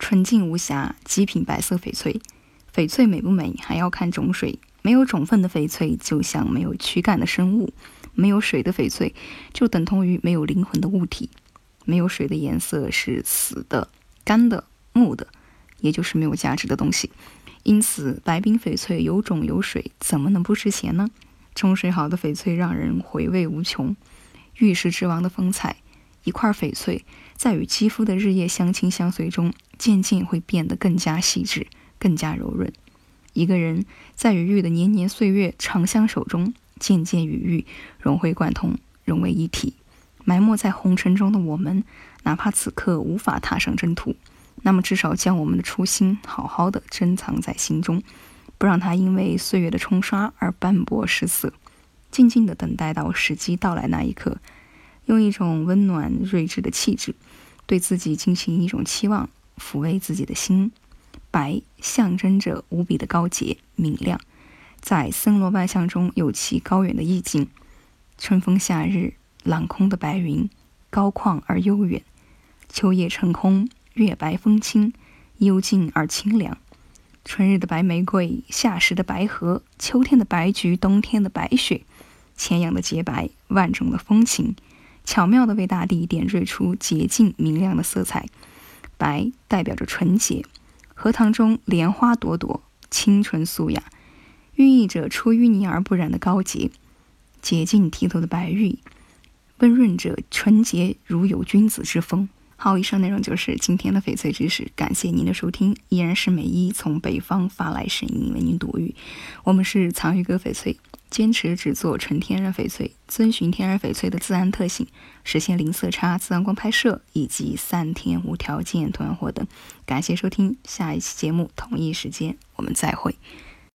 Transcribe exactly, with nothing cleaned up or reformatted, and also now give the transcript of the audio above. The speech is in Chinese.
纯净无瑕，极品白色翡翠。翡翠美不美，还要看种水。没有种分的翡翠，就像没有躯干的生物；没有水的翡翠，就等同于没有灵魂的物体。没有水的颜色是死的、干的、木的，也就是没有价值的东西。因此，白冰翡翠有种有水，怎么能不值钱呢？种水好的翡翠让人回味无穷。玉石之王的风采，一块翡翠在与肌肤的日夜相亲相随中，渐渐会变得更加细致，更加柔润。一个人在与玉的年年岁月长相守中，渐渐与玉融会贯通，融为一体。埋没在红尘中的我们，哪怕此刻无法踏上征途，那么至少将我们的初心好好的珍藏在心中，不让它因为岁月的冲刷而斑驳失色。静静地等待到时机到来那一刻，用一种温暖睿智的气质，对自己进行一种期望，抚慰自己的心。白象征着无比的高洁明亮，在森罗万象中有其高远的意境。春风夏日，朗空的白云，高旷而悠远；秋夜成空，月白风清，幽静而清凉。春日的白玫瑰，夏时的白荷，秋天的白菊，冬天的白雪，浅阳的洁白，万种的风情，巧妙地为大地点缀出洁净明亮的色彩。白代表着纯洁，荷塘中莲花朵朵，清纯素雅，寓意着出淤泥而不染的高洁。洁净剔透的白玉，温润着纯洁如有君子之风。好，以上内容就是今天的翡翠知识，感谢您的收听，依然是美一从北方发来声音为您读语。我们是藏玉阁翡翠，坚持只做纯天然翡翠，遵循天然翡翠的自然特性，实现零色差、自然光拍摄以及三天无条件退换货等。感谢收听，下一期节目同一时间我们再会。